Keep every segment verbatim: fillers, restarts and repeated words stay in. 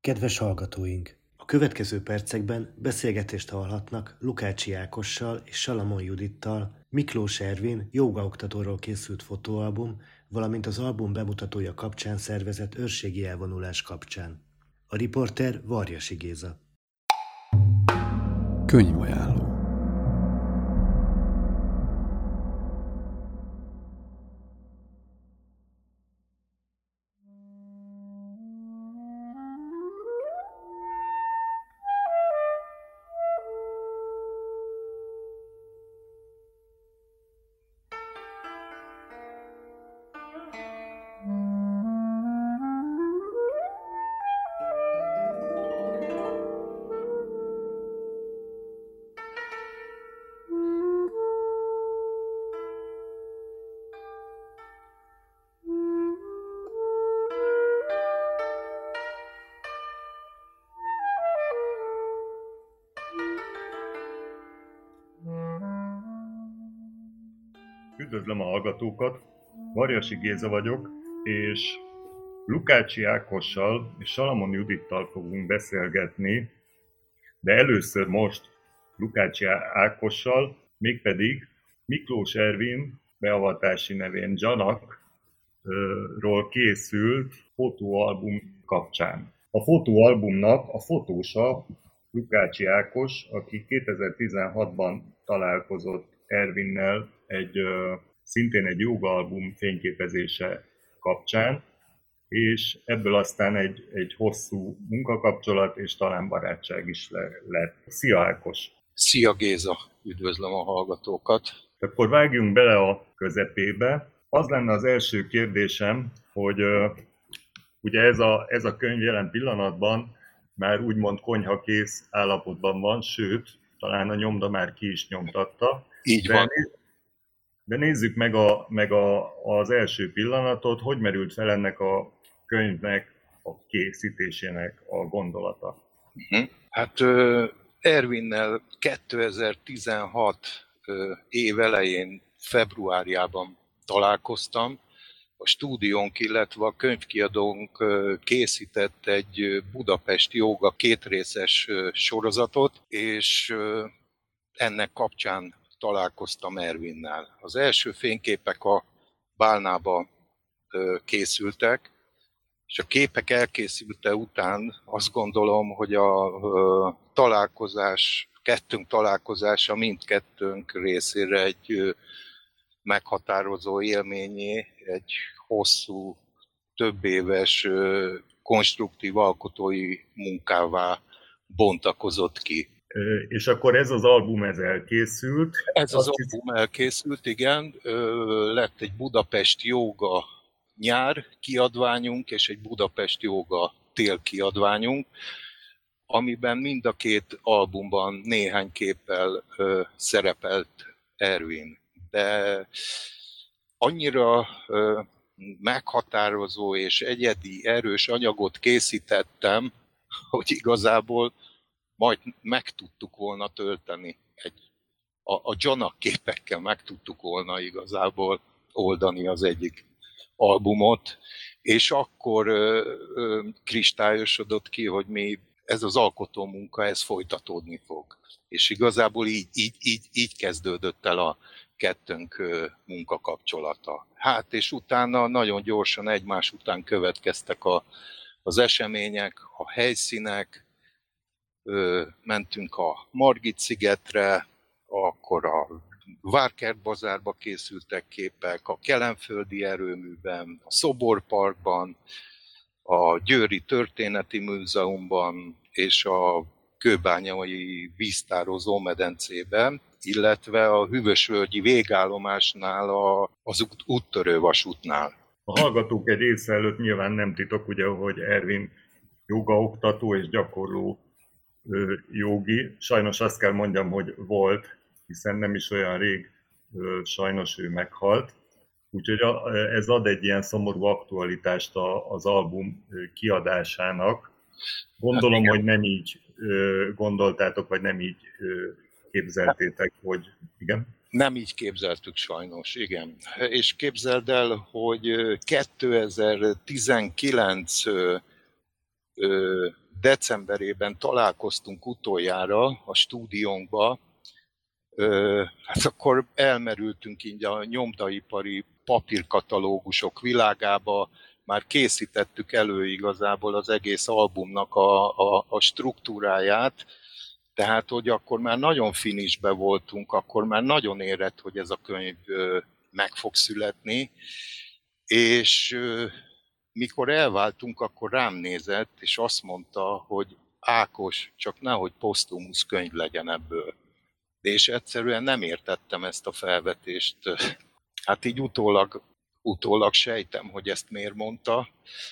Kedves hallgatóink! A következő percekben beszélgetést hallhatnak Lukácsi Ákossal és Salamon Judittal, Miklós Ervin jógaoktatóról készült fotóalbum, valamint az album bemutatója kapcsán szervezett őrségi elvonulás kapcsán. A riporter Varjasi Géza. Könyvajánló. Üdvözlöm a hallgatókat, Varjasi Géza vagyok, és Lukácsi Ákossal és Salamon Judittal fogunk beszélgetni, de először most Lukácsi Ákossal, mégpedig Miklós Ervin beavatási nevén Janak-ról készült fotóalbum kapcsán. A fotóalbumnak a fotósa Lukácsi Ákos, aki kétezer-tizenhatban találkozott Ervinnel egy szintén egy jógaalbum fényképezése kapcsán, és ebből aztán egy, egy hosszú munkakapcsolat és talán barátság is le, lett. Szia Ákos! Szia Géza! Üdvözlöm a hallgatókat! Akkor vágjunk bele a közepébe. Az lenne az első kérdésem, hogy uh, ugye ez a, ez a könyv jelen pillanatban már úgymond konyhakész állapotban van, sőt, talán a nyomda már ki is nyomtatta. Így van. De, de nézzük meg, a, meg a, az első pillanatot, hogy merült fel ennek a könyvnek, a készítésének a gondolata. Uh-huh. Hát Ervinnel kétezer-tizenhat év elején, februárjában találkoztam. A stúdiónk, illetve a könyvkiadónk készített egy budapesti jóga kétrészes sorozatot, és ennek kapcsán találkoztam Ervinnel. Az első fényképek a Bálnába készültek, és a képek elkészülte után azt gondolom, hogy a találkozás, kettőnk találkozása mindkettőnk részére egy meghatározó élményé, egy hosszú, több éves konstruktív alkotói munkává bontakozott ki. És akkor ez az album ez elkészült? Ez az Azt album elkészült, igen. Lett egy Budapest Jóga nyár kiadványunk, és egy Budapest Jóga tél kiadványunk, amiben mind a két albumban néhány képpel szerepelt Ervin. De annyira meghatározó és egyedi, erős anyagot készítettem, hogy igazából majd meg tudtuk volna tölteni, egy, a, a Janak képekkel meg tudtuk volna igazából oldani az egyik albumot, és akkor ö, ö, kristályosodott ki, hogy mi, ez az alkotó munka, ez folytatódni fog. És igazából így, így, így, így kezdődött el a kettőnk munkakapcsolata. Hát és utána nagyon gyorsan egymás után következtek a, az események, a helyszínek, Ö, mentünk a Margit-szigetre, akkor a Várkert bazárba készültek képek, a Kelenföldi erőműben, a Szoborparkban, a Győri Történeti Múzeumban és a Kőbányai víztározó medencében, illetve a Hűvösvölgyi végállomásnál, a, az út, úttörő vasútnál. A hallgatók egy része előtt nyilván nem titok, ugye, hogy Ervin jogaoktató és gyakorló jogi. Sajnos azt kell mondjam, hogy volt, hiszen nem is olyan rég sajnos ő meghalt. Úgyhogy ez ad egy ilyen szomorú aktualitást az album kiadásának. Gondolom, hát hogy nem így gondoltátok, vagy nem így képzeltétek, hogy igen? Nem így képzeltük sajnos, igen. És képzeld el, hogy kétezer-tizenkilenc decemberében találkoztunk utoljára a stúdiónkba, hát akkor elmerültünk így a nyomdaipari papírkatalógusok világába, már készítettük elő igazából az egész albumnak a, a, a struktúráját, tehát hogy akkor már nagyon finisbe voltunk, akkor már nagyon érett, hogy ez a könyv meg fog születni, és mikor elváltunk, akkor rám nézett, és azt mondta, hogy Ákos, csak nehogy posztumusz könyv legyen ebből. És egyszerűen nem értettem ezt a felvetést. Hát így utólag, utólag sejtem, hogy ezt miért mondta.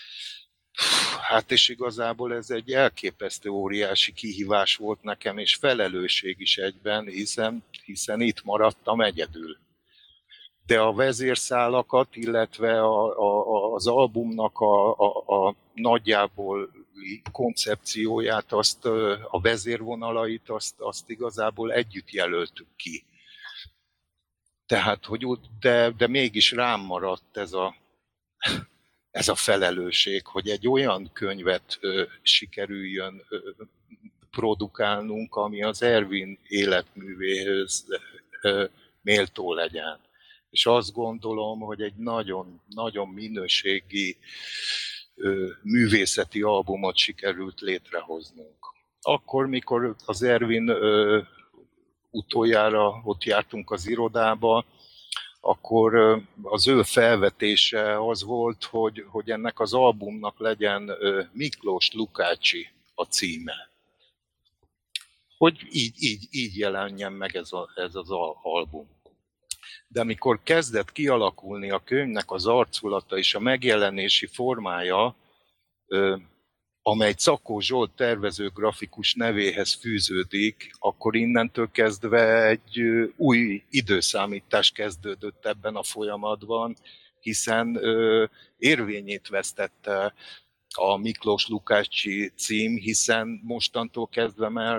Hát és igazából ez egy elképesztő óriási kihívás volt nekem, és felelősség is egyben, hiszen, hiszen itt maradtam egyedül. De a vezérszálakat, illetve a, a, az albumnak a, a, a nagyjából koncepcióját, azt, a vezérvonalait, azt, azt igazából együtt jelöltük ki. Tehát, hogy de, de mégis rám maradt ez a, ez a felelősség, hogy egy olyan könyvet ö, sikerüljön ö, produkálnunk, ami az Ervin életművéhez ö, méltó legyen. És azt gondolom, hogy egy nagyon, nagyon minőségi ö, művészeti albumot sikerült létrehoznunk. Akkor, mikor az Ervin ö, utoljára ott jártunk az irodába, akkor ö, az ő felvetése az volt, hogy, hogy ennek az albumnak legyen ö, Miklós Lukácsi a címe. Hogy így, így, így jelenjen meg ez, a, ez az album. De amikor kezdett kialakulni a könyvnek az arculata és a megjelenési formája, amely Czakó Zsolt tervező grafikus nevéhez fűződik, akkor innentől kezdve egy új időszámítás kezdődött ebben a folyamatban, hiszen érvényét vesztette a Miklós Lukácsi cím, hiszen mostantól kezdve már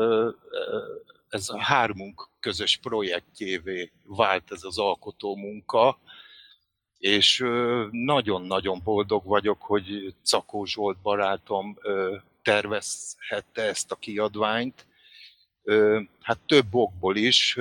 ez a hármunk közös projektjévé vált ez az alkotó munka, és nagyon-nagyon boldog vagyok, hogy Czakó Zsolt barátom tervezhette ezt a kiadványt. Hát több okból is,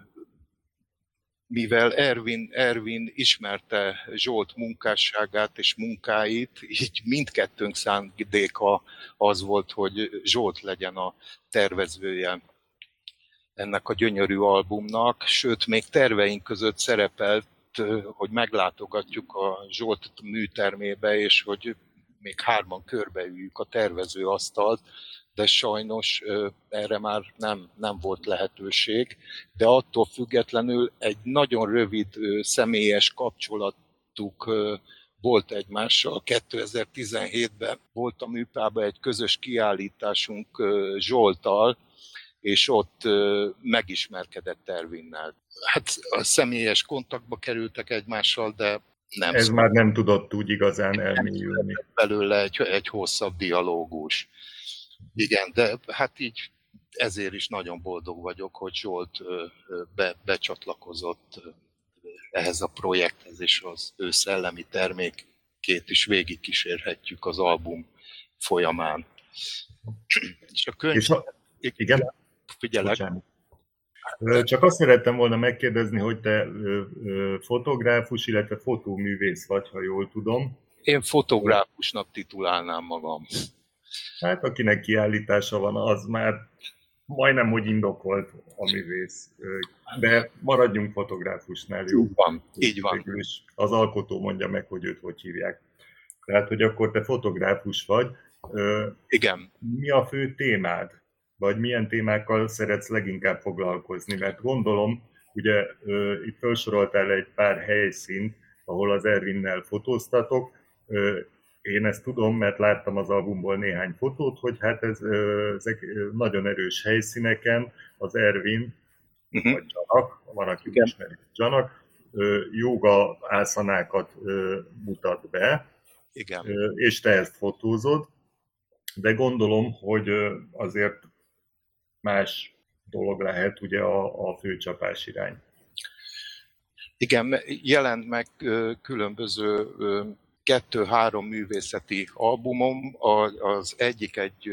mivel Ervin, Ervin ismerte Zsolt munkásságát és munkáit, így mindkettőnk szándéka az volt, hogy Zsolt legyen a tervezője ennek a gyönyörű albumnak, sőt, még terveink között szerepelt, hogy meglátogatjuk a Zsolt műtermébe, és hogy még hárman körbeüljük a tervezőasztalt, de sajnos erre már nem, nem volt lehetőség. De attól függetlenül egy nagyon rövid személyes kapcsolatuk volt egymással. kétezer-tizenhétben volt a műpában egy közös kiállításunk Zsolttal, és ott megismerkedett Ervinnel. Hát a személyes kontaktba kerültek egymással, de nem. Ez szóval már nem tudott úgy igazán elmélyülni. Belőle egy, egy hosszabb dialógus. Igen, de hát így ezért is nagyon boldog vagyok, hogy Zsolt be, becsatlakozott ehhez a projekthez, és az ő szellemi termékét is végigkísérhetjük az album folyamán. És a könyv... És a... Igen? Figyelek. Bocsánat. Csak azt szerettem volna megkérdezni, hogy te fotográfus, illetve fotóművész vagy, ha jól tudom. Én fotográfusnak titulálnám magam. Hát akinek kiállítása van, az már majdnem, hogy indokolt a művész. De maradjunk fotográfusnál, jó? Így van, így van. Az alkotó mondja meg, hogy őt hogy hívják. Tehát, hogy akkor te fotográfus vagy. Igen. Mi a fő témád? Vagy milyen témákkal szeretsz leginkább foglalkozni? Mert gondolom, ugye itt felsoroltál egy pár helyszínt, ahol az Ervinnel fotóztatok. Én ezt tudom, mert láttam az albumból néhány fotót, hogy hát ez, ezek nagyon erős helyszíneken az Ervin, uh-huh. vagy Csanak, van, aki Igen. ismeri Csanak, jóga ászanákat mutat be, Igen. és te ezt fotózod, de gondolom, hogy azért más dolog lehet ugye a, a főcsapás irány. Igen, jelent meg különböző kettő-három művészeti albumom, az egyik egy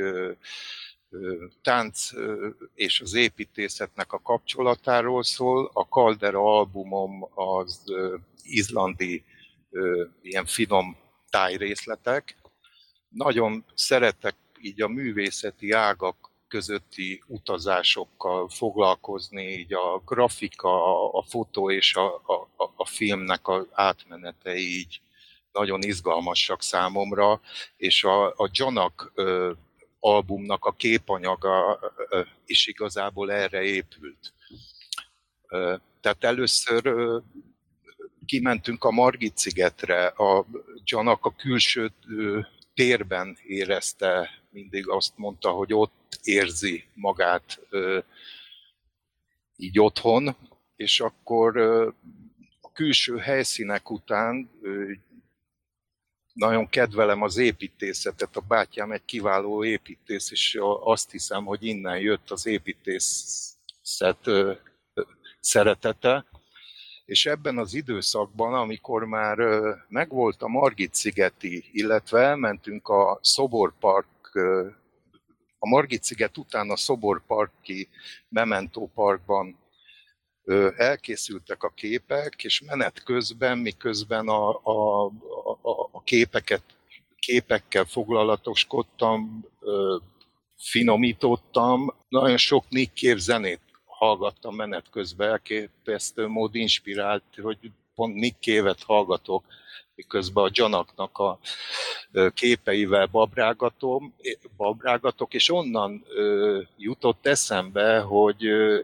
tánc és az építészetnek a kapcsolatáról szól, a Caldera albumom az izlandi ilyen finom tájrészletek. Nagyon szeretek így a művészeti ágak közötti utazásokkal foglalkozni, így a grafika, a fotó és a, a, a filmnek az átmenetei így nagyon izgalmasak számomra, és a, a Janak ö, albumnak a képanyaga ö, is igazából erre épült. Ö, tehát először ö, kimentünk a Margit-szigetre, a Janak a külső ö, térben érezte, mindig azt mondta, hogy ott érzi magát ö, így otthon, és akkor ö, a külső helyszínek után ö, nagyon kedvelem az építészetet, a bátyám egy kiváló építész, és azt hiszem, hogy innen jött az építészet ö, ö, szeretete. És ebben az időszakban, amikor már megvolt a Margit-szigeti, illetve elmentünk a Szoborpark, a Margit-sziget után a Szoborparki Memento Parkban elkészültek a képek, és menet közben, miközben a, a, a, a képeket, képekkel foglalatoskodtam, finomítottam, nagyon sok Nick Cave zenét hallgattam menet közben, elképesztő mód inspirált, hogy pont Nick Cave-et hallgatok, miközben a Janaknak a képeivel babrágatom, babrágatok, és onnan ö, jutott eszembe, hogy ö,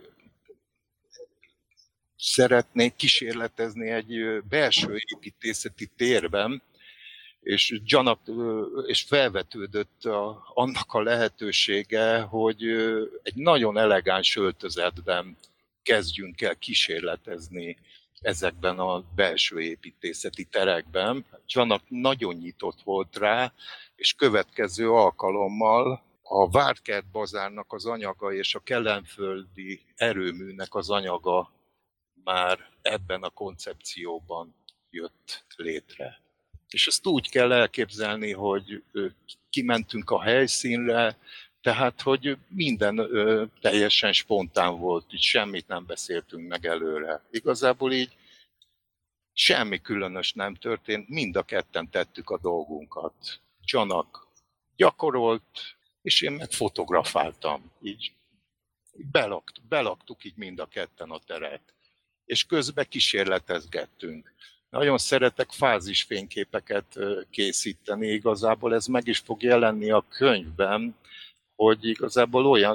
szeretnék kísérletezni egy belső építészeti térben, és, Janak, és felvetődött a, annak a lehetősége, hogy egy nagyon elegáns öltözetben kezdjünk el kísérletezni ezekben a belső építészeti terekben. Janak nagyon nyitott volt rá, és következő alkalommal a Várkert bazárnak az anyaga és a Kelenföldi erőműnek az anyaga már ebben a koncepcióban jött létre. És ezt úgy kell elképzelni, hogy kimentünk a helyszínre, tehát, hogy minden ö, teljesen spontán volt, így semmit nem beszéltünk meg előre. Igazából így semmi különös nem történt, mind a ketten tettük a dolgunkat. Janak gyakorolt, és én meg fotografáltam. Így belakt, belaktuk így mind a ketten a teret. És közben kísérletezgettünk. Nagyon szeretek fázisfényképeket készíteni, igazából ez meg is fog jelenni a könyvben, hogy igazából olyan,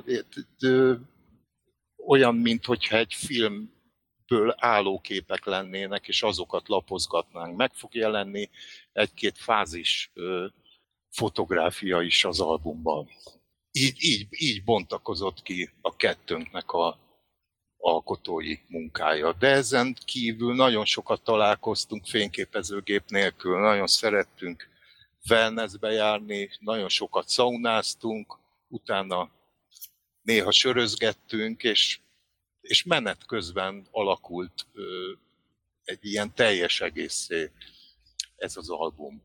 olyan mint hogyha egy filmből álló képek lennének, és azokat lapozgatnánk. Meg fog jelenni egy-két fázis fotográfia is az albumban. Így, így, így bontakozott ki a kettőnknek a alkotói munkája. De ezen kívül nagyon sokat találkoztunk fényképezőgép nélkül, nagyon szerettünk wellnessbe járni, nagyon sokat szaunáztunk, utána néha sörözgettünk, és, és menet közben alakult ö, egy ilyen teljes egészé ez az album.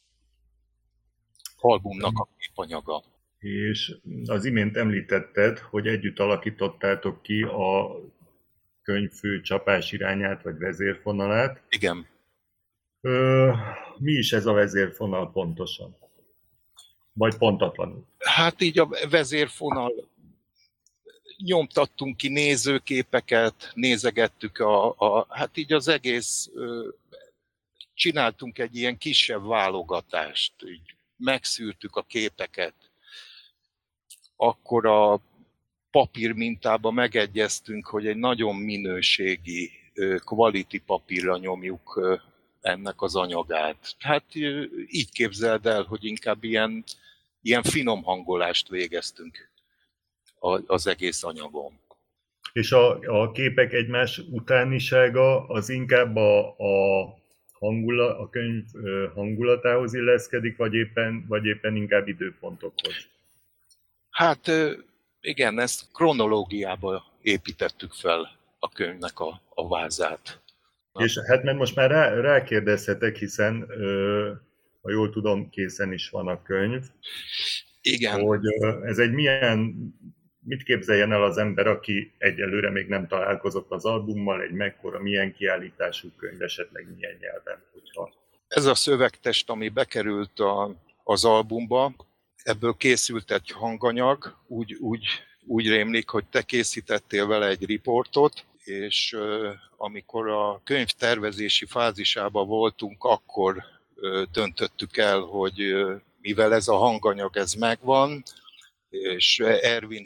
Albumnak a képanyaga. És az imént említetted, hogy együtt alakítottátok ki a könyv fő csapás irányát, vagy vezérfonalát. Igen. Ö, mi is ez a vezérfonal pontosan? Vagy pontatlanul? Hát így a vezérfonal, nyomtattunk ki nézőképeket, nézegettük a, a hát így az egész, csináltunk egy ilyen kisebb válogatást, így megszűrtük a képeket. Akkor a papír mintába megegyeztünk, hogy egy nagyon minőségi, quality papírra nyomjuk ennek az anyagát. Hát így képzeld el, hogy inkább ilyen, ilyen finom hangolást végeztünk az egész anyagon. És a, a képek egymás utánisága az inkább a, a, hangula, a könyv hangulatához illeszkedik, vagy éppen, vagy éppen inkább időpontokhoz? Hát igen, ezt kronológiába építettük fel a könyvnek a, a vázát. És hát mert most már rá, rákérdezhetek, hiszen ö, ha jól tudom, készen is van a könyv. Igen. Hogy ez egy milyen, mit képzeljen el az ember, aki egyelőre még nem találkozott az albummal, egy mekkora, milyen kiállítású könyv, esetleg milyen nyelven, hogyha... Ez a szövegtest, ami bekerült a, az albumba, ebből készült egy hanganyag, úgy, úgy, úgy rémlik, hogy te készítettél vele egy riportot, és uh, amikor a könyv tervezési fázisában voltunk, akkor uh, döntöttük el, hogy uh, mivel ez a hanganyag ez megvan, és Ervin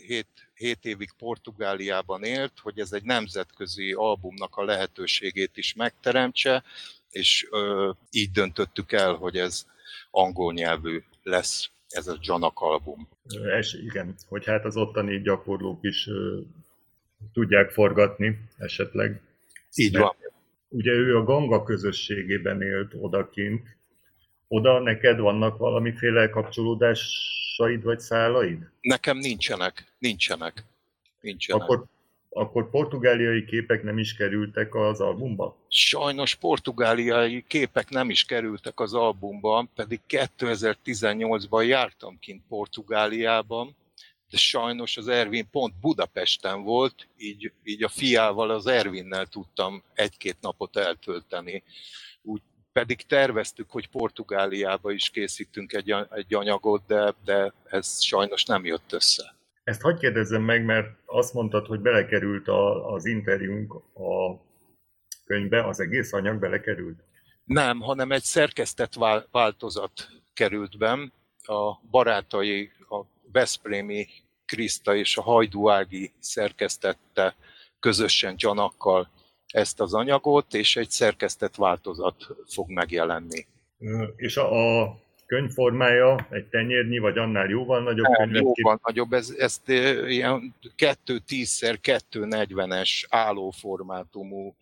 hét évig Portugáliában élt, hogy ez egy nemzetközi albumnak a lehetőségét is megteremtse, és uh, így döntöttük el, hogy ez angol nyelvű lesz, ez a Janak album. Es, igen, hogy hát az ottani gyakorlók is uh, tudják forgatni esetleg. Így van. Ugye ő a Ganga közösségében élt odakint. Oda neked vannak valamiféle kapcsolódásaid vagy szálaid? Nekem nincsenek, nincsenek. nincsenek. Akkor, akkor portugáliai képek nem is kerültek az albumba? Sajnos portugáliai képek nem is kerültek az albumban, pedig kétezer-tizennyolcban jártam kint Portugáliában, de sajnos az Ervin pont Budapesten volt, így, így a fiával, az Ervinnel tudtam egy-két napot eltölteni. Úgy pedig terveztük, hogy Portugáliába is készítünk egy, egy anyagot, de, de ez sajnos nem jött össze. Ezt hadd kérdezzem meg, mert azt mondtad, hogy belekerült a, az interjúnk a könyvbe, az egész anyag belekerült? Nem, hanem egy szerkesztett változat került be. A barátai, a veszprémi Kriszta és a Hajdú Ági szerkesztette közösen Janakkal ezt az anyagot, és egy szerkesztett változat fog megjelenni. És a, a könyv formája egy tenyérnyi, vagy annál jóval nagyobb könyv? Jóval nagyobb, ez, ezt ilyen kettő tízszer kettő negyvenes állóformátumú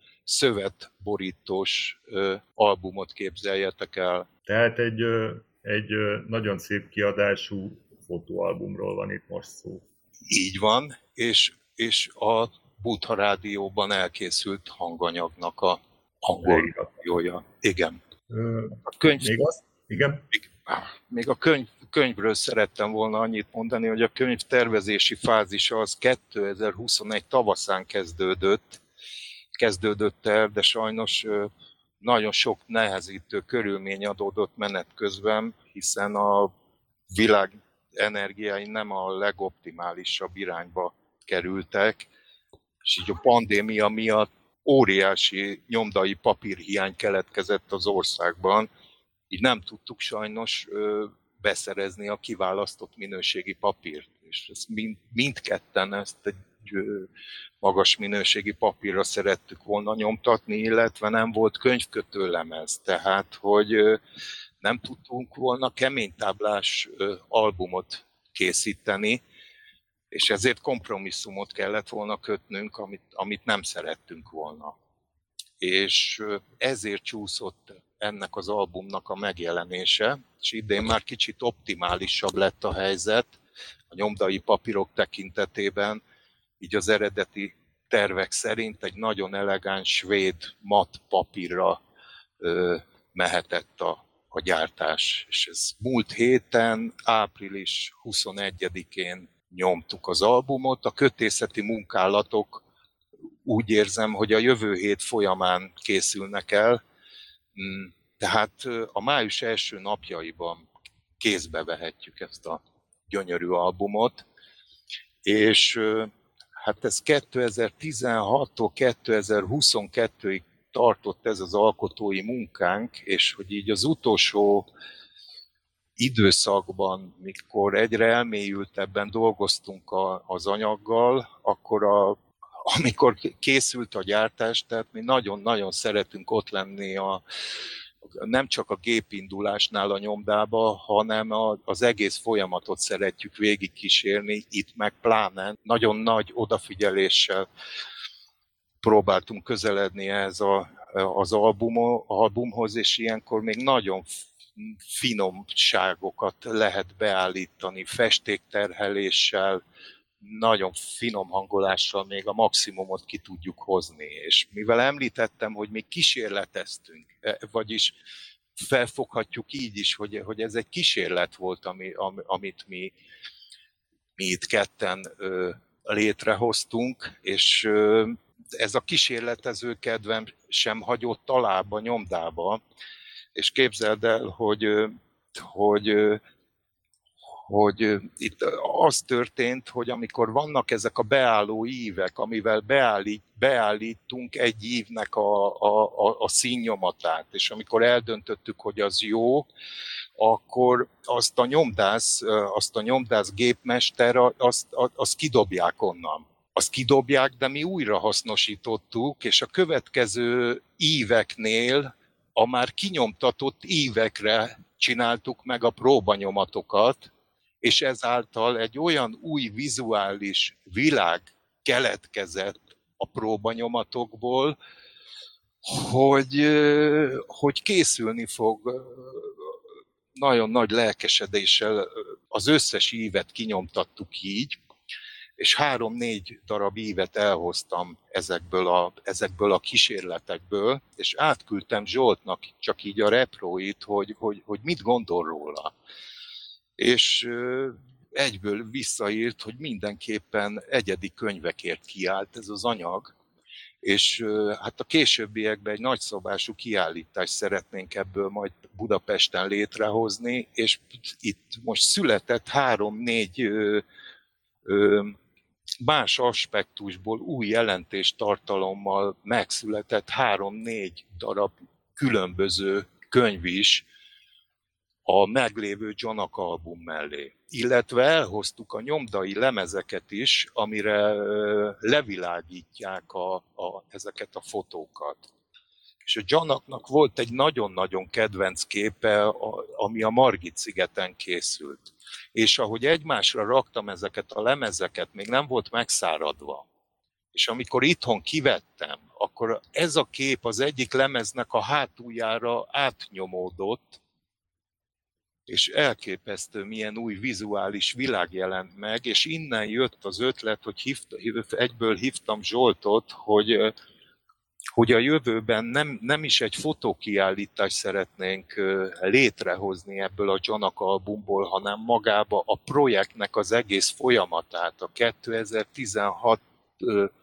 szövetborítós albumot képzeljetek el. Tehát egy, egy nagyon szép kiadású fotóalbumról van itt most szó. Így van, és, és a Buddha Rádióban elkészült hanganyagnak a angol verziója. Igen. A könyv... Még az? Igen? Még, még a könyv, könyvről szerettem volna annyit mondani, hogy a könyv tervezési fázisa az kétezer-huszonegy tavaszán kezdődött, kezdődött el, de sajnos nagyon sok nehezítő körülmény adódott menet közben, hiszen a világ energiái nem a legoptimálisabb irányba kerültek, és így a pandémia miatt óriási nyomdai papírhiány keletkezett az országban, így nem tudtuk sajnos ö, beszerezni a kiválasztott minőségi papírt. És ezt mind, mindketten ezt egy ö, magas minőségi papírra szerettük volna nyomtatni, illetve nem volt könyvkötőlemez, tehát hogy ö, nem tudtunk volna keménytáblás ö, albumot készíteni, és ezért kompromisszumot kellett volna kötnünk, amit, amit nem szerettünk volna. És ezért csúszott ennek az albumnak a megjelenése, és idén már kicsit optimálisabb lett a helyzet a nyomdai papírok tekintetében, így az eredeti tervek szerint egy nagyon elegáns svéd matt papírra ö, mehetett a, a gyártás. És ez múlt héten, április huszonegyedikén nyomtuk az albumot, a kötészeti munkálatok úgy érzem, hogy a jövő hét folyamán készülnek el, tehát a május első napjaiban kézbe vehetjük ezt a gyönyörű albumot, és hát ez kétezer-tizenhattól kétezer-huszonkettőig tartott ez az alkotói munkánk, és hogy így az utolsó időszakban, mikor egyre elmélyültebben dolgoztunk a, az anyaggal, akkor a, amikor készült a gyártás, tehát mi nagyon-nagyon szeretünk ott lenni a, nem csak a gépindulásnál a nyomdába, hanem a, az egész folyamatot szeretjük végigkísérni, itt meg pláne nagyon nagy odafigyeléssel próbáltunk közeledni ez a, az album, albumhoz, és ilyenkor még nagyon finomságokat lehet beállítani, festékterheléssel, nagyon finom hangolással még a maximumot ki tudjuk hozni. És mivel említettem, hogy még kísérleteztünk, vagyis felfoghatjuk így is, hogy, hogy ez egy kísérlet volt, ami, amit mi, mi itt ketten ö, létrehoztunk, és ö, ez a kísérletező kedvem sem hagyott alába, nyomdába, és képzeld el, hogy, hogy, hogy itt az történt, hogy amikor vannak ezek a beálló ívek, amivel beállít, beállítunk egy ívnek a, a, a színnyomatát, és amikor eldöntöttük, hogy az jó, akkor azt a nyomdász, azt a nyomdász gépmester, azt, azt kidobják onnan. Azt kidobják, de mi újra hasznosítottuk, és a következő íveknél a már kinyomtatott ívekre csináltuk meg a próbanyomatokat, és ezáltal egy olyan új vizuális világ keletkezett a próbanyomatokból, hogy, hogy készülni fog nagyon nagy lelkesedéssel. Az összes ívet kinyomtattuk így, és három-négy darab ívet elhoztam ezekből a, ezekből a kísérletekből, és átküldtem Zsoltnak csak így a repróit, hogy, hogy, hogy mit gondol róla. És egyből visszaírt, hogy mindenképpen egyedi könyvekért kiállt ez az anyag, és hát a későbbiekben egy nagyszabású kiállítást szeretnénk ebből majd Budapesten létrehozni, és itt most született három-négy más aspektusból új jelentéstartalommal megszületett három-négy darab különböző könyv is a meglévő Johnak album mellé. Illetve elhoztuk a nyomdai lemezeket is, amire levilágítják a, a, ezeket a fotókat. És a Johnnak volt egy nagyon-nagyon kedvenc képe, ami a Margit-szigeten készült. És ahogy egymásra raktam ezeket a lemezeket, még nem volt megszáradva. És amikor itthon kivettem, akkor ez a kép az egyik lemeznek a hátuljára átnyomódott, és elképesztő, milyen új vizuális világ jelent meg, és innen jött az ötlet, hogy hívta, egyből hívtam Zsoltot, hogy, hogy a jövőben nem, nem is egy fotókiállítást szeretnénk létrehozni ebből a Johnak albumból, hanem magába a projektnek az egész folyamatát, a kétezer-tizenhattól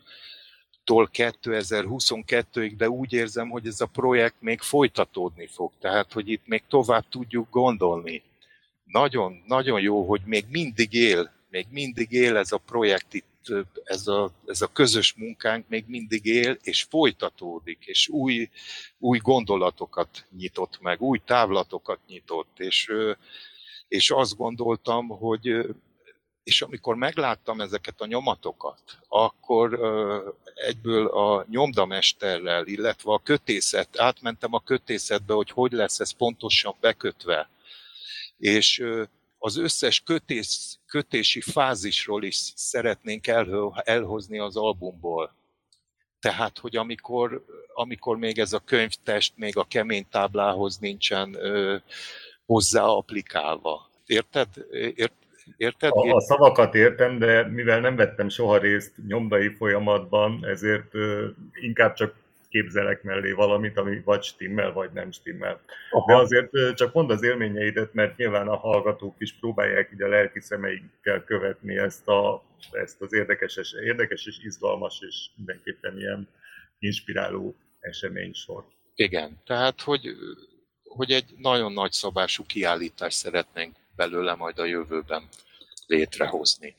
kétezer-huszonkettőig, de úgy érzem, hogy ez a projekt még folytatódni fog, tehát hogy itt még tovább tudjuk gondolni. Nagyon, nagyon jó, hogy még mindig él, még mindig él ez a projekt itt, ez a, ez a közös munkánk még mindig él, és folytatódik, és új, új gondolatokat nyitott meg, új távlatokat nyitott, és, és azt gondoltam, hogy és amikor megláttam ezeket a nyomatokat, akkor egyből a nyomdamesterrel, illetve a kötészet, átmentem a kötészetbe, hogy hogy lesz ez pontosan bekötve. És az összes kötés, kötési fázisról is szeretnénk elhozni az albumból. Tehát, hogy amikor, amikor még ez a könyvtest még a kemény táblához nincsen ö, hozzá applikálva. Érted? Ért, érted? A, a szavakat értem, de mivel nem vettem soha részt nyomdai folyamatban, ezért ö, inkább csak képzelek mellé valamit, ami vagy stimmel, vagy nem stimmel. Aha. De azért ö, csak mondd az élményeidet, mert nyilván a hallgatók is próbálják így a lelki szemeikkel követni ezt, a, ezt az érdekes, érdekes és izgalmas és mindenképpen ilyen inspiráló eseménysor. Igen, tehát hogy, hogy egy nagyon nagy szabású kiállítást szeretnénk belőle majd a jövőben létrehozni.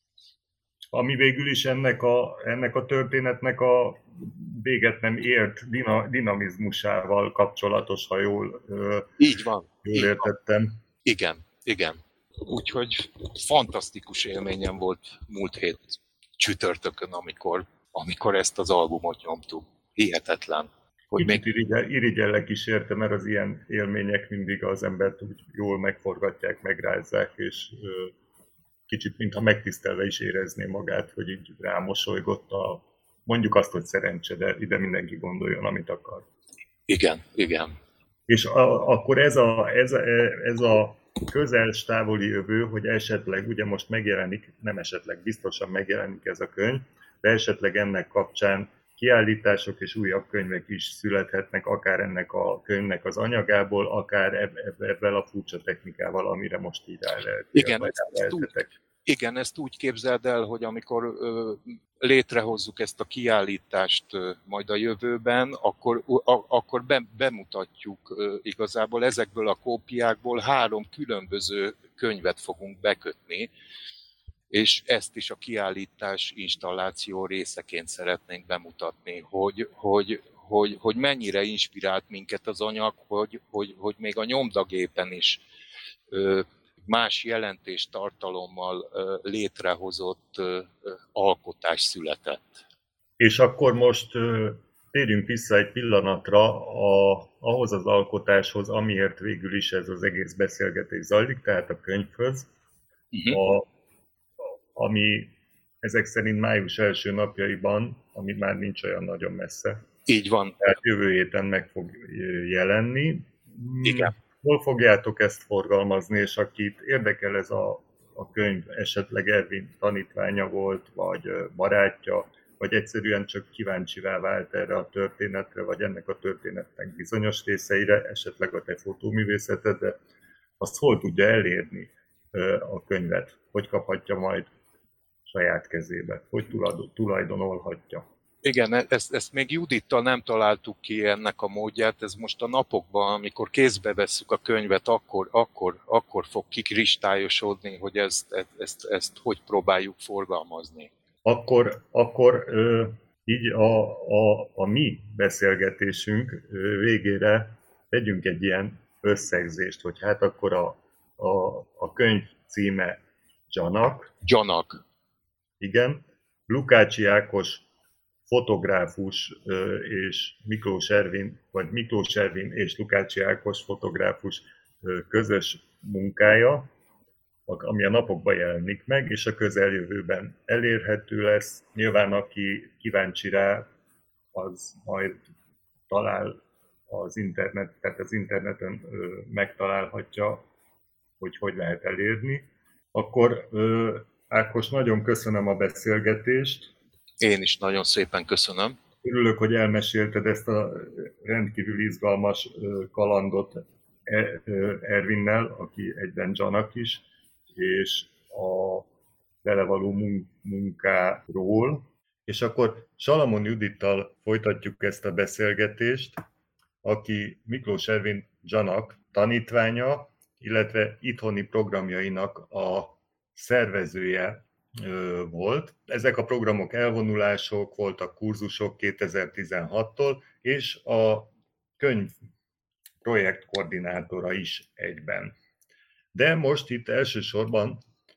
Ami végül is ennek a, ennek a történetnek a véget nem ért dinamizmusával kapcsolatos, ha jól, így van, jól így értettem. Van. Igen, igen. Úgyhogy fantasztikus élményem volt múlt hét csütörtökön, amikor, amikor ezt az albumot nyomtuk. Hihetetlen. Hogy még irigyel, irigyellek is érte, mert az ilyen élmények mindig az embert úgy jól megforgatják, megrázzák, és ö, kicsit mintha megtisztelve is érezné magát, hogy így rámosolygott a, mondjuk azt, hogy szerencse, de ide mindenki gondoljon, amit akar. Igen, igen. És a, akkor ez a, ez, a, ez a közel távoli jövő, hogy esetleg, ugye most megjelenik, nem esetleg, biztosan megjelenik ez a könyv, de esetleg ennek kapcsán kiállítások és újabb könyvek is születhetnek, akár ennek a könyvnek az anyagából, akár ebben a furcsa technikával, amire most így Igen, ezt úgy, igen, ezt úgy képzeld el, hogy amikor ö, létrehozzuk ezt a kiállítást ö, majd a jövőben, akkor, a, akkor be, bemutatjuk ö, igazából ezekből a kópiákból három különböző könyvet fogunk bekötni, és ezt is a kiállítás installáció részeként szeretnénk bemutatni, hogy, hogy, hogy, hogy mennyire inspirált minket az anyag, hogy, hogy, hogy még a nyomdagépen is ö, más jelentéstartalommal ö, létrehozott ö, alkotás született. És akkor most ö, térjünk vissza egy pillanatra a, ahhoz az alkotáshoz, amiért végül is ez az egész beszélgetés zajlik, tehát a könyvhöz. Uh-huh. A, ami ezek szerint május első napjaiban, ami már nincs olyan nagyon messze. Így van. Tehát jövő héten meg fog jelenni. Igen. Hol fogjátok ezt forgalmazni, és akit érdekel ez a, a könyv, esetleg Ervin tanítványa volt, vagy barátja, vagy egyszerűen csak kíváncsivá vált erre a történetre, vagy ennek a történetnek bizonyos részeire, esetleg a te fotóművészetedre, azt hol tudja elérni a könyvet? Hogy kaphatja majd saját kezébe? Hogy tulajdonolhatja? Igen, ezt, ezt még Judittal nem találtuk ki ennek a módját, ez most a napokban, amikor kézbe vesszük a könyvet, akkor, akkor, akkor fog kikristályosodni, hogy ezt, ezt, ezt, ezt hogy próbáljuk forgalmazni. Akkor, akkor így a, a, a mi beszélgetésünk végére tegyünk egy ilyen összegzést, hogy hát akkor a, a, a könyv címe Gyanak. Gyanak. Igen. Lukácsi Ákos fotográfus és Miklós Ervin, vagy Miklós Ervin és Lukácsi Ákos fotográfus közös munkája, ami a napokban jelenik meg, és a közeljövőben elérhető lesz. Nyilván aki kíváncsi rá, az majd talál az internet, tehát az interneten megtalálhatja, hogy hogy lehet elérni. Akkor Ákos, nagyon köszönöm a beszélgetést. Én is nagyon szépen köszönöm. Örülök, hogy elmesélted ezt a rendkívül izgalmas kalandot Ervinnel, aki egyben Gyanak is, és a vele való munkáról. És akkor Salamon Judittal folytatjuk ezt a beszélgetést, aki Miklós Ervin Gyanak tanítványa, illetve itthoni programjainak a szervezője volt. Ezek a programok elvonulások voltak, kurzusok kétezer-tizenhattól, és a könyv projektkoordinátora is egyben. De most itt elsősorban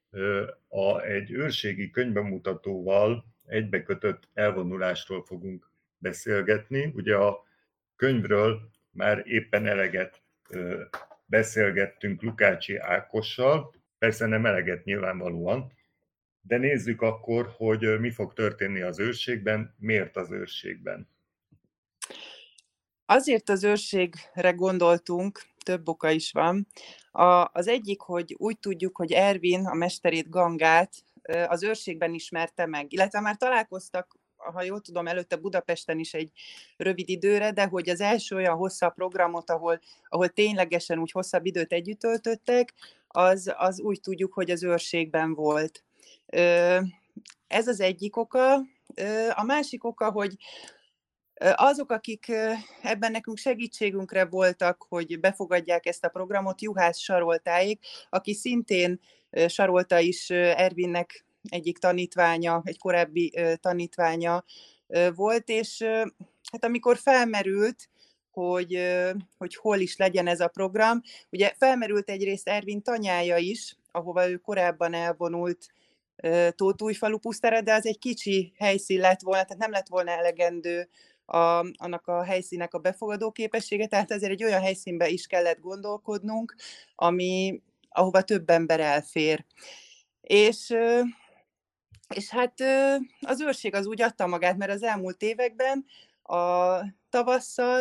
a, egy őrségi könyvbemutatóval egybekötött elvonulásról fogunk beszélgetni. Ugye a könyvről már éppen eleget beszélgettünk Lukácsi Ákossal, persze nem eleget nyilvánvalóan, de nézzük akkor, hogy mi fog történni az őrségben, miért az őrségben. Azért az őrségre gondoltunk, több oka is van. A, az egyik, hogy úgy tudjuk, hogy Ervin a mesterét Gangát az őrségben ismerte meg, illetve már találkoztak, ha jól tudom, előtte Budapesten is egy rövid időre, de hogy az első olyan hosszabb programot, ahol, ahol ténylegesen úgy hosszabb időt együtt töltöttek, az, az úgy tudjuk, hogy az őrségben volt. Ez az egyik oka. A másik oka, hogy azok, akik ebben nekünk segítségünkre voltak, hogy befogadják ezt a programot, Juhász Saroltáék, aki szintén Sarolta is Ervinnek egyik tanítványa, egy korábbi tanítványa volt, és hát amikor felmerült, hogy, hogy hol is legyen ez a program, ugye felmerült egyrészt Ervin tanyája is, ahova ő korábban elvonult Tótújfalu pusztára, de az egy kicsi helyszín lett volna, tehát nem lett volna elegendő a, annak a helyszínnek a befogadó képessége, tehát ezért egy olyan helyszínbe is kellett gondolkodnunk, ami, ahova több ember elfér. És, és hát az őrség az úgy adta magát, mert az elmúlt években a tavasszal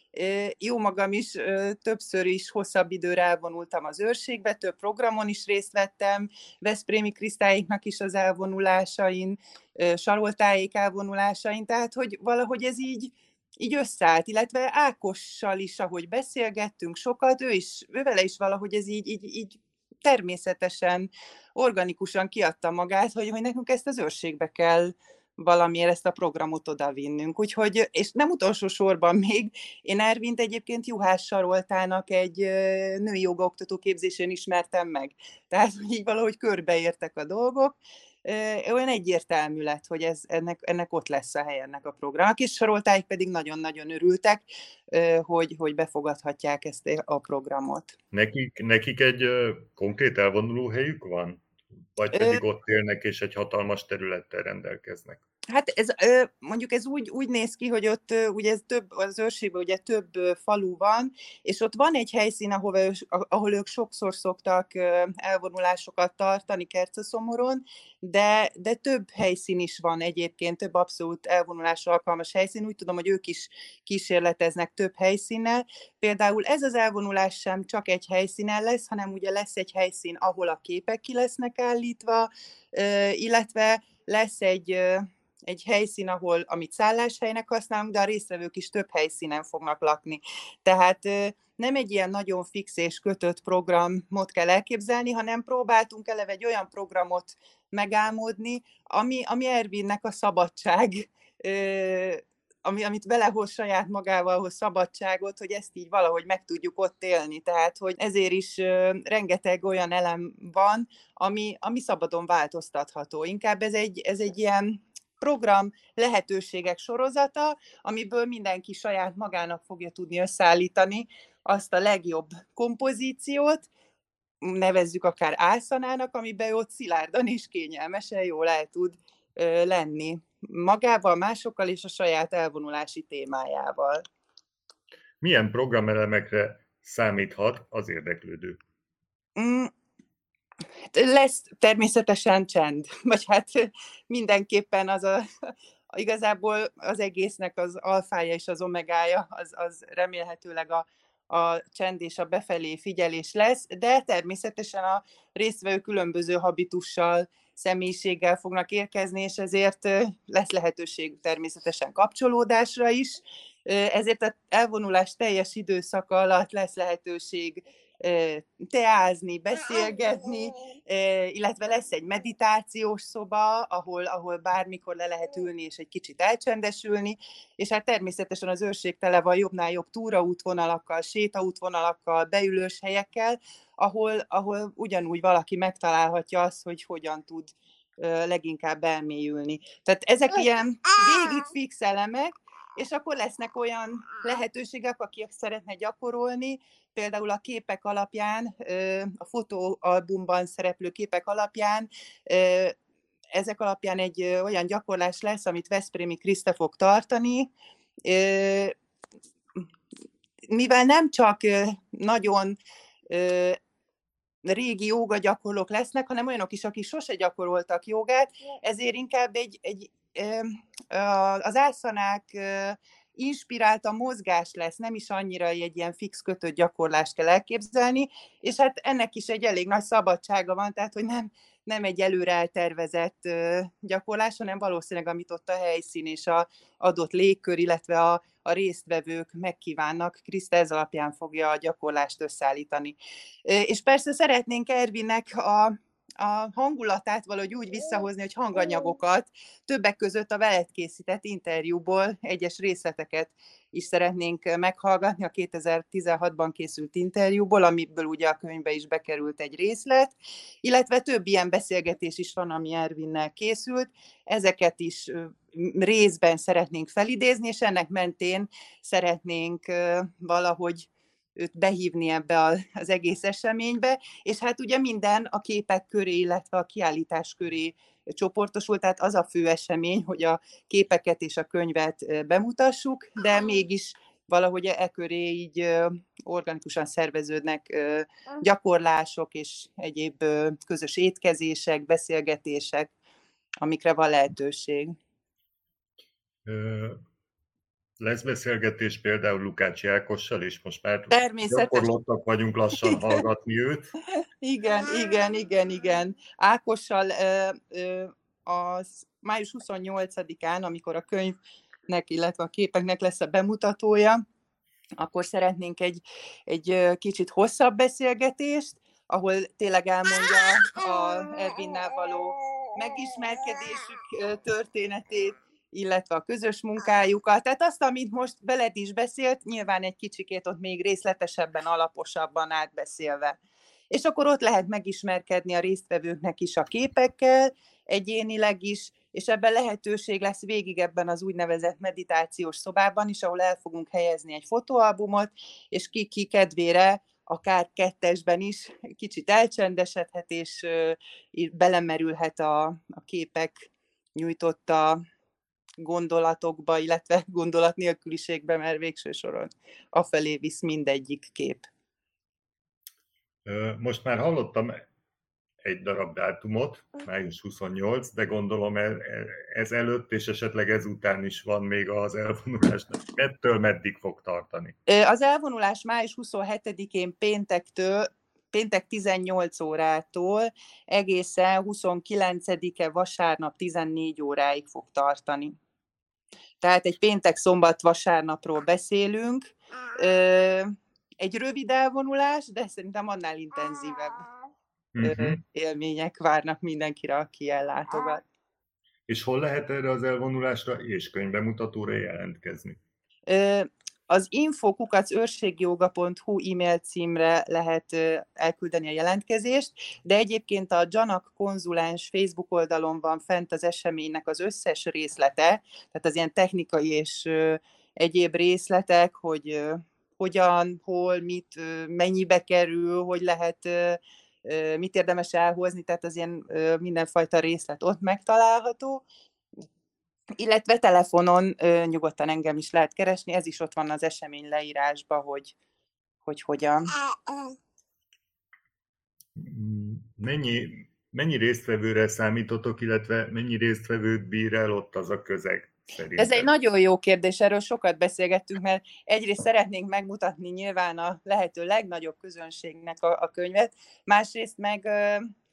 Jó magam is többször is hosszabb időre elvonultam az őrségbe, több programon is részt vettem, Veszprémi Krisztáiknak is az elvonulásain, Saroltáék elvonulásain, tehát hogy valahogy ez így, így összeállt, illetve Ákossal is, ahogy beszélgettünk sokat, ő is, ő vele is valahogy ez így, így, így természetesen, organikusan kiadta magát, hogy, hogy nekünk ezt az őrségbe kell valamiért ezt a programot odavinnünk. Úgyhogy, és nem utolsó sorban még, én Ervint egyébként Juhász Saroltának egy női jogaoktató képzésén ismertem meg. Tehát, hogy így valahogy körbeértek a dolgok, olyan egyértelmű lett, hogy ez, ennek, ennek ott lesz a hely ennek a programnak, és Saroltáik pedig nagyon-nagyon örültek, hogy, hogy befogadhatják ezt a programot. Nekik, nekik egy konkrét elvonuló helyük van? Vagy pedig ott élnek, és egy hatalmas területtel rendelkeznek? Hát ez, mondjuk ez úgy, úgy néz ki, hogy ott ugye ez több, az őrségben ugye több falu van, és ott van egy helyszín, ahol, ahol ők sokszor szoktak elvonulásokat tartani Kerceszomoron, de, de több helyszín is van egyébként, több abszolút elvonulásra alkalmas helyszín. Úgy tudom, hogy ők is kísérleteznek több helyszínnel. Például ez az elvonulás sem csak egy helyszínen lesz, hanem ugye lesz egy helyszín, ahol a képek ki lesznek állítva, illetve lesz egy... egy helyszín, ahol, amit szálláshelynek használunk, de a résztvevők is több helyszínen fognak lakni. Tehát nem egy ilyen nagyon fix és kötött programot kell elképzelni, hanem próbáltunk eleve egy olyan programot megálmodni, ami, ami Ervinnek a szabadság, ami, amit belehoz saját magával, hoz szabadságot, hogy ezt így valahogy meg tudjuk ott élni. Tehát, hogy ezért is rengeteg olyan elem van, ami, ami szabadon változtatható. Inkább ez egy, ez egy ilyen program lehetőségek sorozata, amiből mindenki saját magának fogja tudni összeállítani azt a legjobb kompozíciót, nevezzük akár álszanának, amiben ott szilárdan és kényelmesen jól el tud ö, lenni magával, másokkal és a saját elvonulási témájával. Milyen programelemekre számíthat az érdeklődő? Mm. Lesz természetesen csend, vagy hát mindenképpen az a, igazából az egésznek az alfája és az omegája, az, az remélhetőleg a, a csend és a befelé figyelés lesz, de természetesen a résztvevő különböző habitussal, személyiséggel fognak érkezni, és ezért lesz lehetőség természetesen kapcsolódásra is. Ezért az elvonulás teljes időszaka alatt lesz lehetőség teázni, beszélgetni, illetve lesz egy meditációs szoba, ahol, ahol bármikor le lehet ülni és egy kicsit elcsendesülni, és hát természetesen az őrség tele van jobbnál jobb túraútvonalakkal, sétaútvonalakkal, beülős helyekkel, ahol, ahol ugyanúgy valaki megtalálhatja azt, hogy hogyan tud leginkább elmélyülni. Tehát ezek ilyen végig fix elemek, és akkor lesznek olyan lehetőségek, akik szeretne gyakorolni, például a képek alapján, a fotóalbumban szereplő képek alapján, ezek alapján egy olyan gyakorlás lesz, amit Veszprémi Kriszta fog tartani, mivel nem csak nagyon régi jóga gyakorlók lesznek, hanem olyanok is, akik sose gyakoroltak jogát, ezért inkább egy, egy az ászanák inspirálta mozgás lesz, nem is annyira egy ilyen fix kötött gyakorlást kell elképzelni, és hát ennek is egy elég nagy szabadsága van, tehát hogy nem, nem egy előre eltervezett gyakorlás, hanem valószínűleg amit ott a helyszín és a adott légkör, illetve a, a résztvevők megkívánnak. Kriszta ez alapján fogja a gyakorlást összeállítani. És persze szeretnénk Ervinnek a a hangulatát valahogy úgy visszahozni, hogy hanganyagokat, többek között a veled készített interjúból egyes részleteket is szeretnénk meghallgatni, a kétezer-tizenhatban készült interjúból, amiből ugye a könyvbe is bekerült egy részlet, illetve több ilyen beszélgetés is van, ami Ervinnel készült, ezeket is részben szeretnénk felidézni, és ennek mentén szeretnénk valahogy őt behívni ebbe az egész eseménybe, és hát ugye minden a képek köré, illetve a kiállítás köré csoportosul, tehát az a fő esemény, hogy a képeket és a könyvet bemutassuk, de mégis valahogy e köré így organikusan szerveződnek gyakorlások és egyéb közös étkezések, beszélgetések, amikre van lehetőség. Lesz beszélgetés például Lukács Ákossal, és most már Természetesen. gyakorlottak vagyunk lassan Igen. hallgatni őt. Igen, igen, igen, igen. Ákossal ö, ö, az május huszonnyolcadikán, amikor a könyvnek, illetve a képeknek lesz a bemutatója, akkor szeretnénk egy, egy kicsit hosszabb beszélgetést, ahol tényleg elmondja a Ervinnel való megismerkedésük történetét, illetve a közös munkájukat. Tehát azt, amit most veled is beszélt, nyilván egy kicsikét ott még részletesebben, alaposabban átbeszélve. És akkor ott lehet megismerkedni a résztvevőknek is a képekkel, egyénileg is, és ebben lehetőség lesz végig ebben az úgynevezett meditációs szobában is, ahol el fogunk helyezni egy fotóalbumot, és ki-ki kedvére, akár kettesben is kicsit elcsendesedhet, és belemerülhet a, a képek nyújtotta gondolatokba, illetve gondolat nélküliségbe, mert végső soron afelé visz mindegyik kép. Most már hallottam egy darab dátumot, május huszonnyolc, de gondolom ez előtt és esetleg ezután is van még az elvonulás. Ettől meddig fog tartani? Az elvonulás május huszonhetedikén péntektől, péntek tizennyolc órától egészen huszonkilencedike vasárnap tizennégy óráig fog tartani. Tehát egy péntek-szombat-vasárnapról beszélünk. Egy rövid elvonulás, de szerintem annál intenzívebb uh-huh. élmények várnak mindenkire, aki ellátogat. És hol lehet erre az elvonulásra és könyvbemutatóra jelentkezni? Az info kukac őrségjoga pont hu e-mail címre lehet elküldeni a jelentkezést, de egyébként a Janak konzulens Facebook oldalon van fent az eseménynek az összes részlete, tehát az ilyen technikai és egyéb részletek, hogy hogyan, hol, mit, mennyibe kerül, hogy lehet, mit érdemes elhozni, tehát az ilyen mindenfajta részlet ott megtalálható. Illetve telefonon ö, nyugodtan engem is lehet keresni, ez is ott van az esemény leírásban, hogy, hogy hogyan. Mennyi, mennyi résztvevőre számítotok, illetve mennyi résztvevőt bír el ott az a közeg? Szerintem. Ez egy nagyon jó kérdés, erről sokat beszélgettünk, mert egyrészt szeretnénk megmutatni nyilván a lehető legnagyobb közönségnek a, a könyvet, másrészt meg... Ö,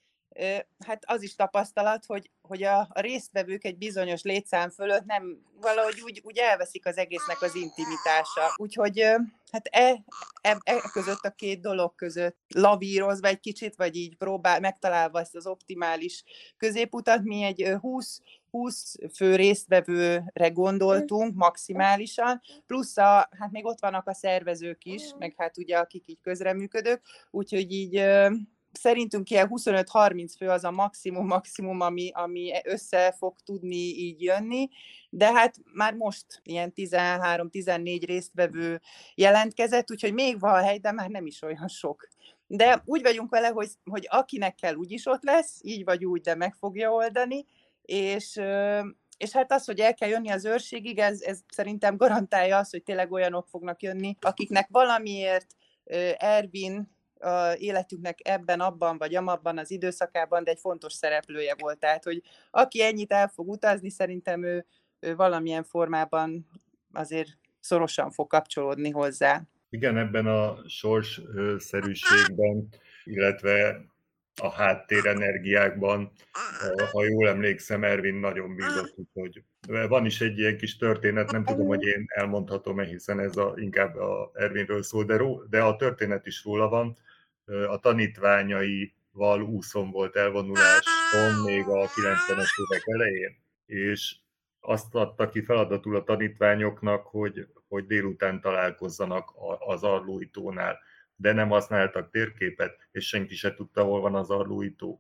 hát az is tapasztalat, hogy, hogy a, a résztvevők egy bizonyos létszám fölött nem, valahogy úgy, úgy elveszik az egésznek az intimitása. Úgyhogy hát e, e, e között a két dolog között lavírozva egy kicsit, vagy így próbál, megtalálva ezt az optimális középutat, mi egy húsz, húsz fő résztvevőre gondoltunk maximálisan, plusz a, hát még ott vannak a szervezők is, meg hát ugye akik így közreműködők, úgyhogy így szerintünk ilyen huszonöt-harminc fő az a maximum, maximum, ami, ami össze fog tudni így jönni, de hát már most ilyen tizenhárom-tizennégy résztvevő jelentkezett, úgyhogy még van hely, de már nem is olyan sok. De úgy vagyunk vele, hogy, hogy akinek kell, úgyis ott lesz, így vagy úgy, de meg fogja oldani, és, és hát az, hogy el kell jönni az őrségig, ez, ez szerintem garantálja azt, hogy tényleg olyanok fognak jönni, akiknek valamiért Ervin a életüknek ebben, abban vagy amabban az időszakában, de egy fontos szereplője volt. Tehát, hogy aki ennyit el fog utazni, szerintem ő, ő valamilyen formában azért szorosan fog kapcsolódni hozzá. Igen, ebben a sorsszerűségben, illetve a háttérenergiákban, ha jól emlékszem, Ervin nagyon bízott, úgyhogy van is egy ilyen kis történet, nem tudom, hogy én elmondhatom-e, hiszen ez a, inkább a Ervinről szól, de, ró, de a történet is róla van. A tanítványaival úszon volt elvonuláson még a kilencvenes évek elején, és azt adta ki feladatul a tanítványoknak, hogy, hogy délután találkozzanak az Arlói-tónál, de nem használtak térképet, és senki se tudta, hol van az Arlói-tó.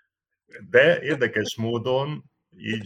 De érdekes módon így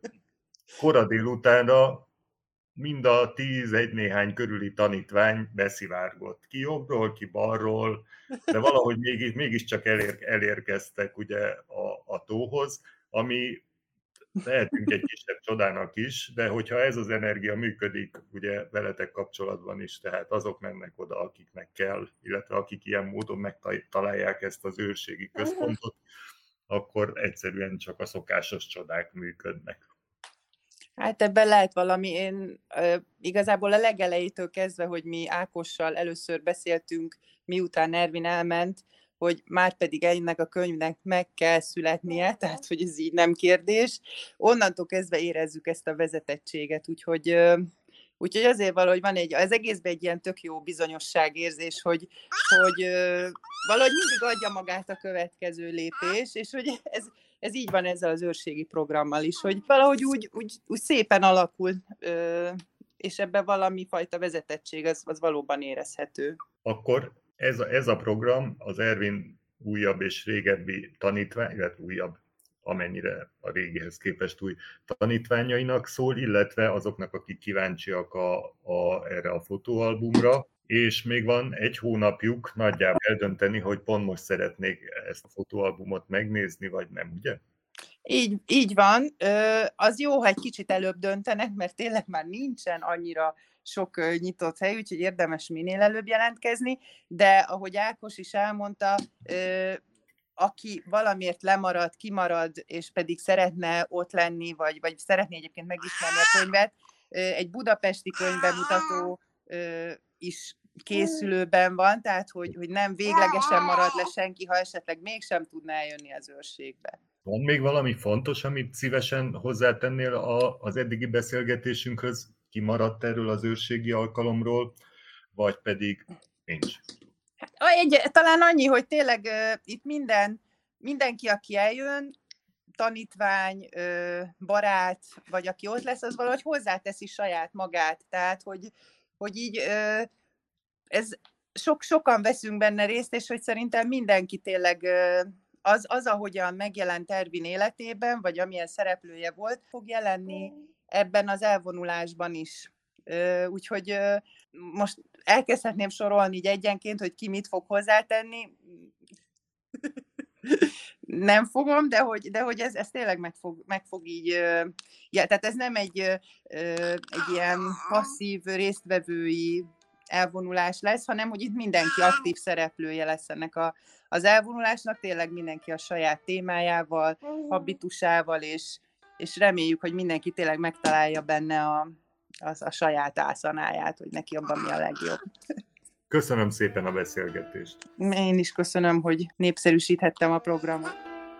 kora délutánra mind a tíz-egy néhány körüli tanítvány beszivárgott. Ki jobbról, ki balról, de valahogy mégis, mégiscsak elér, elérkeztek ugye a, a tóhoz, ami lehetünk egy kisebb csodának is, de hogyha ez az energia működik, ugye veletek kapcsolatban is, tehát azok mennek oda, akiknek kell, illetve akik ilyen módon megtalálják ezt az őrségi központot, akkor egyszerűen csak a szokásos csodák működnek. Hát ebben lehet valami, én ö, igazából a legelejétől kezdve, hogy mi Ákossal először beszéltünk, miután Ervin elment, hogy már pedig ennek a könyvnek meg kell születnie, tehát hogy ez így nem kérdés. Onnantól kezdve érezzük ezt a vezetettséget, úgyhogy, ö, úgyhogy azért valahogy van egy, az egészben egy ilyen tök jó bizonyosságérzés, hogy, hogy ö, valahogy mindig adja magát a következő lépés, és hogy ez, ez így van ezzel az őrségi programmal is, hogy valahogy úgy, úgy, úgy szépen alakul, ö, és ebben valami fajta vezetettség, az, az valóban érezhető. Akkor ez a, ez a program az Ervin újabb és régebbi tanítvány, illetve újabb, amennyire a régihez képest új tanítványainak szól, illetve azoknak, akik kíváncsiak a, a, erre a fotóalbumra, és még van egy hónapjuk nagyjából eldönteni, hogy pont most szeretnék ezt a fotóalbumot megnézni, vagy nem, ugye? Így, így van. Ö, az jó, ha egy kicsit előbb döntenek, mert tényleg már nincsen annyira sok ö, nyitott hely, úgyhogy érdemes minél előbb jelentkezni, de ahogy Ákos is elmondta, ö, aki valamiért lemarad, kimarad, és pedig szeretne ott lenni, vagy, vagy szeretné egyébként megismerni a könyvet, ö, egy budapesti könyvbemutató ö, is készülőben van, tehát hogy, hogy nem véglegesen marad le senki, ha esetleg mégsem tudná eljönni az őrségbe. Van még valami fontos, amit szívesen hozzátennél a, az eddigi beszélgetésünkhöz? Ki maradt erről az őrségi alkalomról, vagy pedig nincs? Hát, egy, talán annyi, hogy tényleg uh, itt minden, mindenki, aki eljön, tanítvány, uh, barát, vagy aki ott lesz, az valahogy hozzáteszi saját magát. Tehát, hogy, hogy így uh, ez sok, sokan veszünk benne részt, és hogy szerintem mindenki tényleg uh, az, az, ahogyan megjelent Ervin életében, vagy amilyen szereplője volt, fog jelenni ebben az elvonulásban is. Úgyhogy most elkezdhetném sorolni így egyenként, hogy ki mit fog hozzátenni. Nem fogom, de hogy, de hogy ez, ez tényleg meg fog, meg fog így... Ja, tehát ez nem egy, egy ilyen passzív, résztvevői elvonulás lesz, hanem hogy itt mindenki aktív szereplője lesz ennek a, az elvonulásnak, tényleg mindenki a saját témájával, habitusával, és, és reméljük, hogy mindenki tényleg megtalálja benne a, az a saját ászanáját, hogy neki abban mi a legjobb. Köszönöm szépen a beszélgetést. Én is köszönöm, hogy népszerűsíthettem a programot.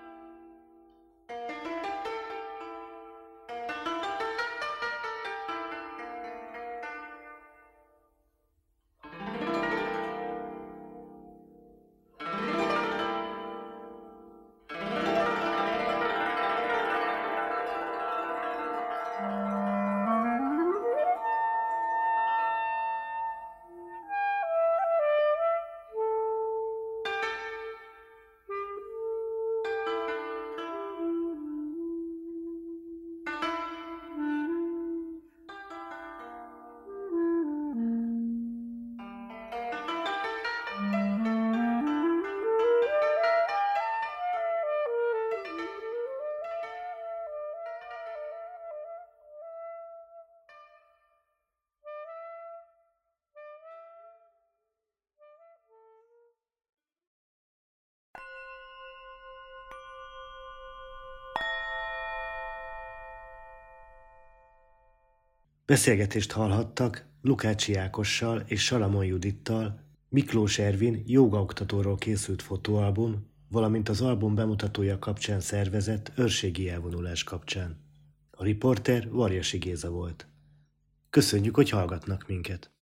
Beszélgetést hallhattak Lukácsi Ákossal és Salamon Judittal, Miklós Ervin jógaoktatóról készült fotóalbum, valamint az album bemutatója kapcsán szervezett őrségi elvonulás kapcsán. A riporter Varjasi Géza volt. Köszönjük, hogy hallgatnak minket!